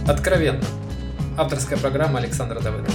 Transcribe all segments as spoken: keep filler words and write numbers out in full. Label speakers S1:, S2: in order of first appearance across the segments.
S1: Откровенно. Авторская программа Александра Давыдова.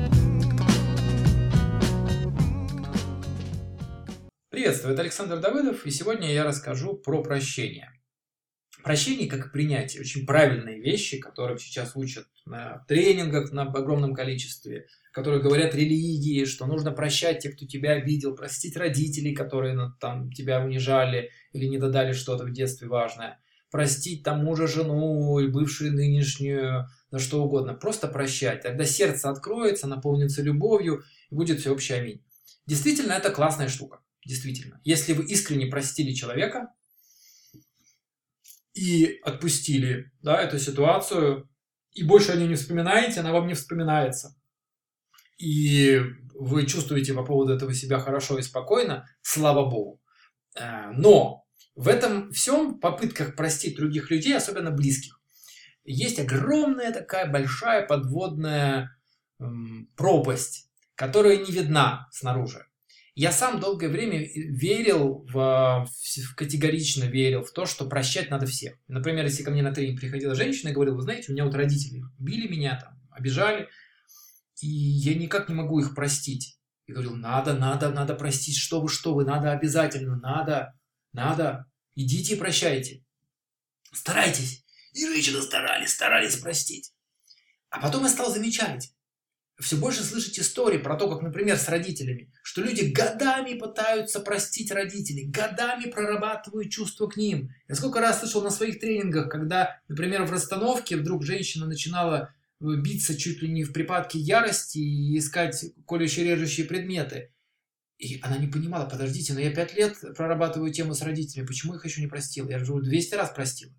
S1: Приветствую, это Александр Давыдов, и сегодня я расскажу про прощение. Прощение как и принятие. Очень правильные вещи, которых сейчас учат на тренингах на огромном количестве, которые говорят религии, что нужно прощать тех, кто тебя обидел, простить родителей, которые ну, там, тебя унижали или не додали что-то в детстве важное, простить там мужа, жену, и бывшую, нынешнюю, да что угодно. Просто прощать. Тогда сердце откроется, наполнится любовью, и будет всеобщий аминь. Действительно, это классная штука. Действительно. Если вы искренне простили человека и отпустили, да, эту ситуацию, и больше о ней не вспоминаете, она вам не вспоминается, и вы чувствуете по поводу этого себя хорошо и спокойно, слава Богу. Но в этом всем попытках простить других людей, особенно близких, есть огромная такая большая подводная м, пропасть, которая не видна снаружи. Я сам долгое время верил, в, в, категорично верил в то, что прощать надо всех. Например, если ко мне на тренинг приходила женщина и говорила, вы знаете, у меня вот родители били меня, там, обижали, и я никак не могу их простить. Я говорил, надо, надо, надо простить, что вы, что вы, надо обязательно, надо, надо, идите и прощайте. Старайтесь. И женщины старались, старались простить. А потом я стал замечать, все больше слышать истории про то, как, например, с родителями, что люди годами пытаются простить родителей, годами прорабатывают чувства к ним. Я сколько раз слышал на своих тренингах, когда, например, в расстановке вдруг женщина начинала биться чуть ли не в припадке ярости и искать колюще-режущие предметы. И она не понимала, подождите, но я пять лет прорабатываю тему с родителями, почему их еще не простила? Я же двести раз простила.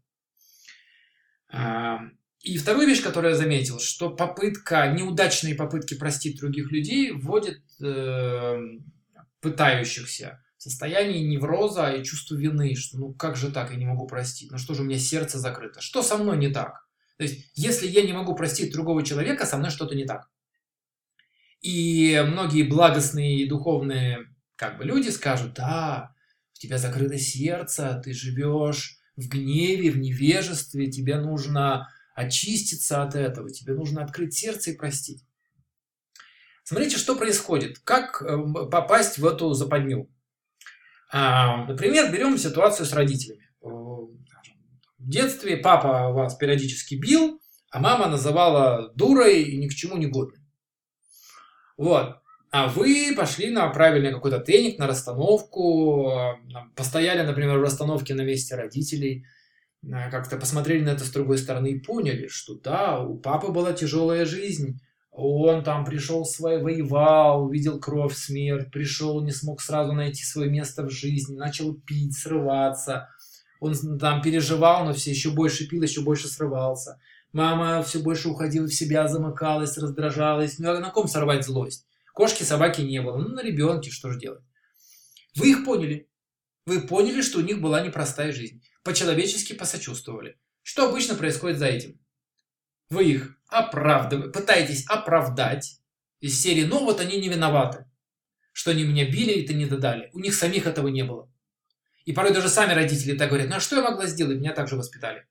S1: И вторую вещь, которую я заметил, что попытка, неудачные попытки простить других людей вводят э, пытающихся в состояние невроза и чувства вины, что ну как же так, я не могу простить, ну что же у меня сердце закрыто, что со мной не так? То есть, если я не могу простить другого человека, со мной что-то не так. И многие благостные и духовные как бы, люди скажут, да, у тебя закрыто сердце, ты живешь в гневе, в невежестве, тебе нужно очиститься от этого, тебе нужно открыть сердце и простить. Смотрите, что происходит, как попасть в эту западню. Например, берем ситуацию с родителями. В детстве папа вас периодически бил, а мама называла дурой и ни к чему не годной. Вот. А вы пошли на правильный какой-то тренинг, на расстановку, постояли, например, в расстановке на месте родителей, как-то посмотрели на это с другой стороны и поняли, что да, у папы была тяжелая жизнь, он там пришел свой, воевал, увидел кровь, смерть, пришел, не смог сразу найти свое место в жизни, начал пить, срываться, он там переживал, но все еще больше пил, еще больше срывался. Мама все больше уходила в себя, замыкалась, раздражалась. Ну а на ком сорвать злость? Кошки, собаки не было. Ну, на ребенке, что же делать? Вы их поняли. Вы поняли, что у них была непростая жизнь. По-человечески посочувствовали. Что обычно происходит за этим? Вы их оправдываете, пытаетесь оправдать из серии, ну вот они не виноваты, что они меня били и ты не додали. У них самих этого не было. И порой даже сами родители так говорят, ну а что я могла сделать? Меня так же воспитали.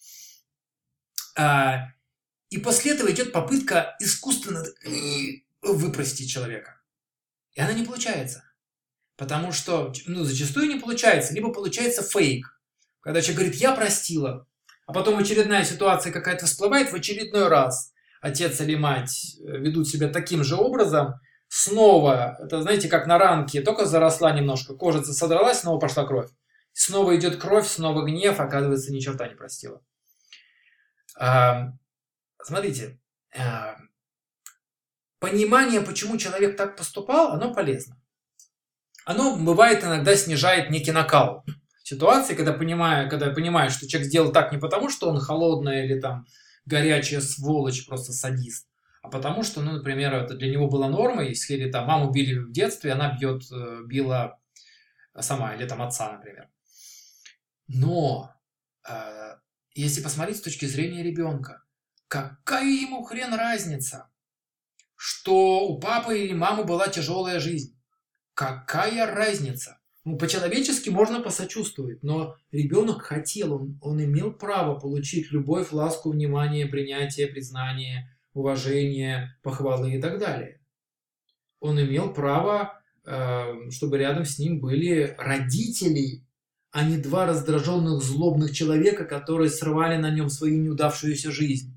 S1: А, и после этого идет попытка искусственно выпростить человека. И она не получается. Потому что ну, зачастую не получается. Либо получается фейк. Когда человек говорит, я простила. А потом очередная ситуация какая-то всплывает в очередной раз. Отец или мать ведут себя таким же образом. Снова, это знаете, как на ранке, только заросла немножко. Кожица содралась, снова пошла кровь. Снова идет кровь, снова гнев. Оказывается, ни черта не простила. А, смотрите. А, понимание, почему человек так поступал, оно полезно. Оно, бывает, иногда снижает некий накал ситуации, когда, понимаю, когда понимаешь, что человек сделал так не потому, что он холодная или там горячая сволочь, просто садист, а потому что, ну, например, это для него была нормой, если там маму били в детстве, она бьет, била сама, или там отца, например. Но э, если посмотреть с точки зрения ребенка, какая ему хрен разница, что у папы или мамы была тяжелая жизнь? Какая разница? Ну, по-человечески можно посочувствовать, но ребенок хотел, он, он имел право получить любовь, ласку, внимание, принятие, признание, уважение, похвалы и так далее. Он имел право, э, чтобы рядом с ним были родители, а не два раздраженных, злобных человека, которые срывали на нем свою неудавшуюся жизнь.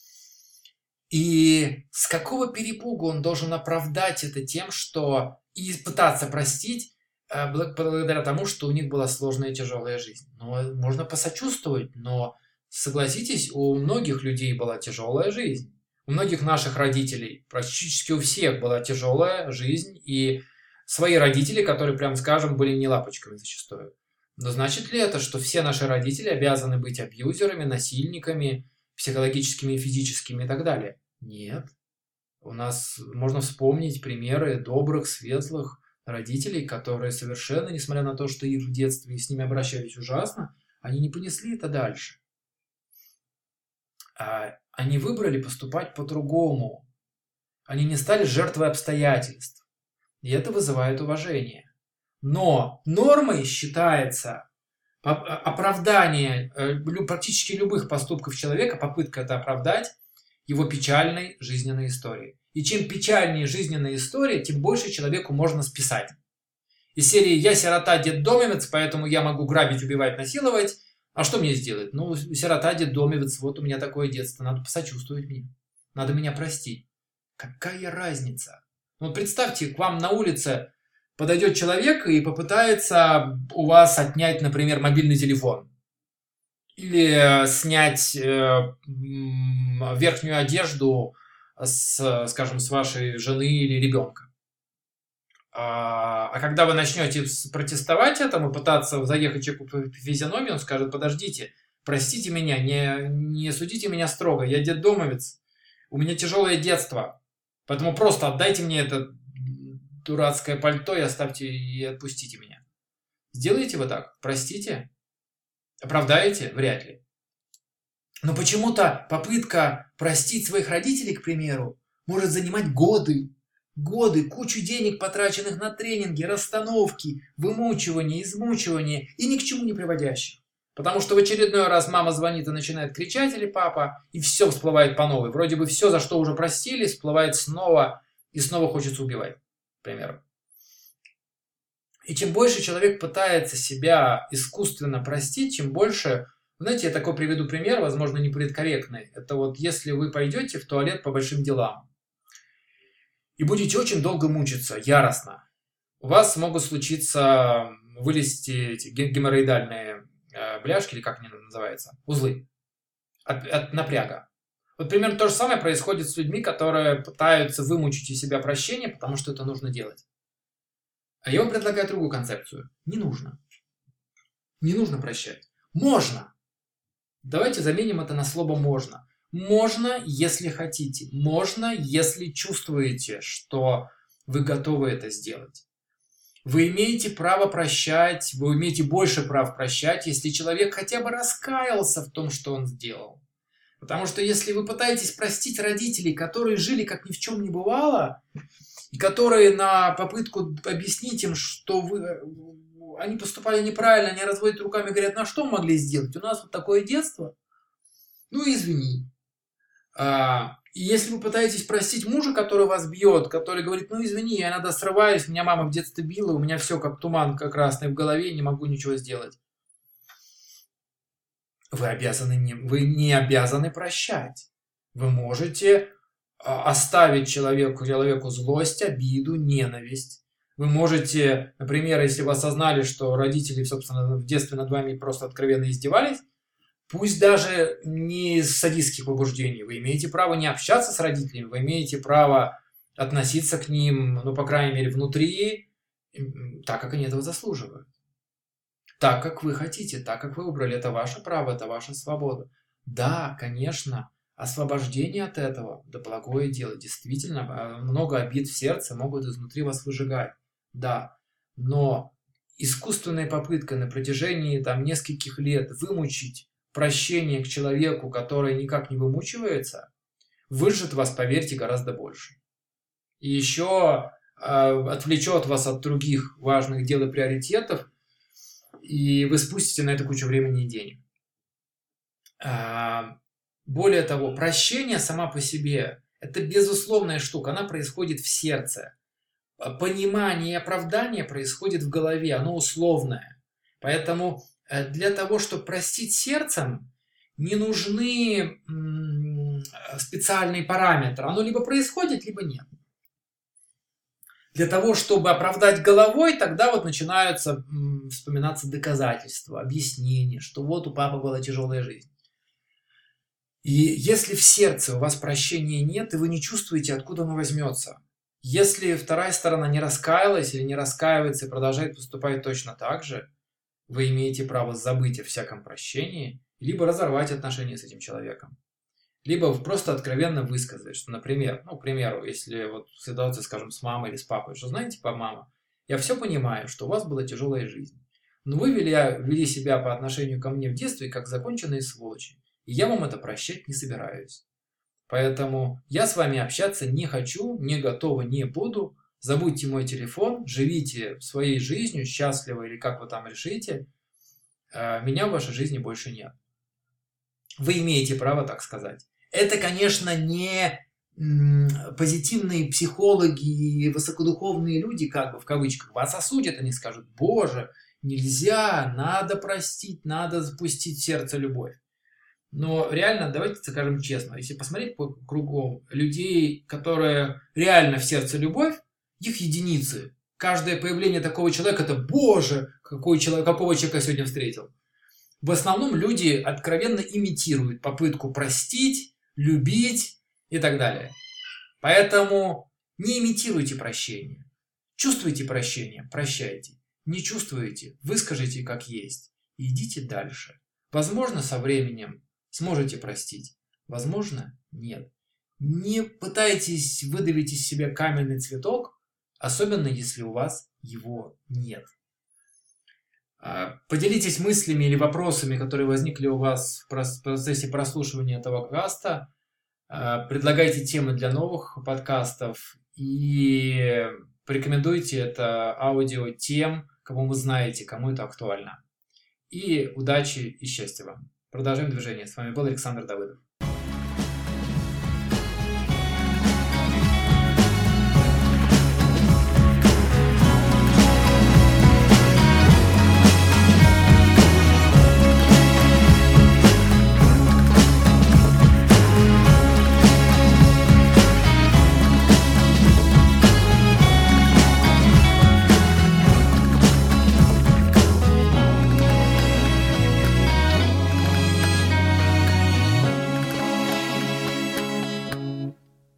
S1: И с какого перепугу он должен оправдать это тем, что и пытаться простить, благодаря тому, что у них была сложная и тяжелая жизнь. Ну, можно посочувствовать, но согласитесь, у многих людей была тяжелая жизнь. У многих наших родителей, практически у всех была тяжелая жизнь, и свои родители, которые, прям скажем, были не лапочками зачастую. Но значит ли это, что все наши родители обязаны быть абьюзерами, насильниками, психологическими и физическими и так далее? Нет. У нас можно вспомнить примеры добрых, светлых родителей, которые совершенно, несмотря на то, что их в детстве с ними обращались ужасно, они не понесли это дальше. Они выбрали поступать по-другому. Они не стали жертвой обстоятельств. И это вызывает уважение. Но нормой считается оправдание практически любых поступков человека, попытка это оправдать его печальной жизненной историей. И чем печальнее жизненная история, тем больше человеку можно списать. Из серии «Я сирота, детдомовец, поэтому я могу грабить, убивать, насиловать. А что мне сделать? Ну, сирота, детдомовец, вот у меня такое детство. Надо посочувствовать мне. Надо меня простить». Какая разница? Вот представьте, к вам на улице подойдет человек и попытается у вас отнять, например, мобильный телефон. Или снять э, верхнюю одежду с, скажем, с вашей жены или ребенка. А, а когда вы начнете протестовать этому, пытаться заехать человеку по физиономии, он скажет: подождите, простите меня, не, не судите меня строго, я детдомовец, у меня тяжелое детство, поэтому просто отдайте мне это дурацкое пальто и оставьте и отпустите меня. Сделаете вы так? Простите? Оправдаете? Вряд ли. Но почему-то попытка простить своих родителей, к примеру, может занимать годы. Годы, кучу денег, потраченных на тренинги, расстановки, вымучивание, измучивание и ни к чему не приводящих. Потому что в очередной раз мама звонит и начинает кричать, или папа, и все всплывает по новой. Вроде бы все, за что уже простили, всплывает снова и снова хочется убивать, к примеру. И чем больше человек пытается себя искусственно простить, чем больше... Знаете, я такой приведу пример, возможно, не политкорректный. Это вот если вы пойдете в туалет по большим делам и будете очень долго мучиться, яростно, у вас могут случиться, вылезти эти геморроидальные бляшки, или как они называются, узлы от, от напряга. Вот примерно то же самое происходит с людьми, которые пытаются вымучить из себя прощение, потому что это нужно делать. А я вам предлагаю другую концепцию. Не нужно. Не нужно прощать. Можно. Давайте заменим это на слово «можно». Можно, если хотите. Можно, если чувствуете, что вы готовы это сделать. Вы имеете право прощать, вы имеете больше прав прощать, если человек хотя бы раскаялся в том, что он сделал. Потому что если вы пытаетесь простить родителей, которые жили как ни в чем не бывало, и которые на попытку объяснить им, что вы, они поступали неправильно, они разводят руками и говорят: на что могли сделать? У нас вот такое детство. Ну, извини. А, и если вы пытаетесь простить мужа, который вас бьет, который говорит: ну, извини, я иногда срываюсь, меня мама в детстве била, у меня все как туман, как красный в голове, не могу ничего сделать. Вы обязаны не, вы не обязаны прощать. Вы можете оставить человеку, человеку злость, обиду, ненависть. Вы можете, например, если вы осознали, что родители, собственно, в детстве над вами просто откровенно издевались, пусть даже не из садистских побуждений, вы имеете право не общаться с родителями, вы имеете право относиться к ним, ну, по крайней мере, внутри, так, как они этого заслуживают. Так, как вы хотите, так, как вы выбрали. Это ваше право, это ваша свобода. Да, конечно, освобождение от этого, да, благое дело. Действительно, много обид в сердце могут изнутри вас выжигать. Да, но искусственная попытка на протяжении там нескольких лет вымучить прощение к человеку, который никак не вымучивается, выжжет вас, поверьте, гораздо больше. И еще отвлечет вас от других важных дел и приоритетов, и вы спустите на это кучу времени и денег. Более того, прощение сама по себе – это безусловная штука, она происходит в сердце. Понимание и оправдание происходит в голове, оно условное. Поэтому для того, чтобы простить сердцем, не нужны специальные параметры. Оно либо происходит, либо нет. Для того, чтобы оправдать головой, тогда вот начинаются вспоминаться доказательства, объяснения, что вот у папы была тяжелая жизнь. И если в сердце у вас прощения нет, и вы не чувствуете, откуда оно возьмется, если вторая сторона не раскаялась или не раскаивается и продолжает поступать точно так же, вы имеете право забыть о всяком прощении, либо разорвать отношения с этим человеком. Либо просто откровенно высказать, что, например, ну, к примеру, если вот ситуация, скажем, с мамой или с папой, что, знаете, папа, мама, я все понимаю, что у вас была тяжелая жизнь, но вы вели, вели себя по отношению ко мне в детстве как законченные сволочи, и я вам это прощать не собираюсь. Поэтому я с вами общаться не хочу, не готова, не буду. Забудьте мой телефон, живите своей жизнью, счастливо или как вы там решите. Меня в вашей жизни больше нет. Вы имеете право так сказать. Это, конечно, не позитивные психологи и высокодуховные люди, как бы в кавычках, вас осудят, они скажут: боже, нельзя, надо простить, надо запустить в сердце любовь. Но реально, давайте скажем честно, если посмотреть по кругу людей, которые реально в сердце любовь, их единицы. Каждое появление такого человека – это боже, какой человек, какого человека я сегодня встретил. В основном люди откровенно имитируют попытку простить, любить и так далее. Поэтому не имитируйте прощение. Чувствуете прощение – прощайте. Не чувствуете – выскажите как есть. И идите дальше. Возможно, со временем сможете простить. Возможно, нет. Не пытайтесь выдавить из себя каменный цветок, особенно если у вас его нет. Поделитесь мыслями или вопросами, которые возникли у вас в процессе прослушивания этого каста. Предлагайте темы для новых подкастов и порекомендуйте это аудио тем, кого вы знаете, кому это актуально. И удачи и счастья вам. Продолжаем движение. С вами был Александр Давыдов.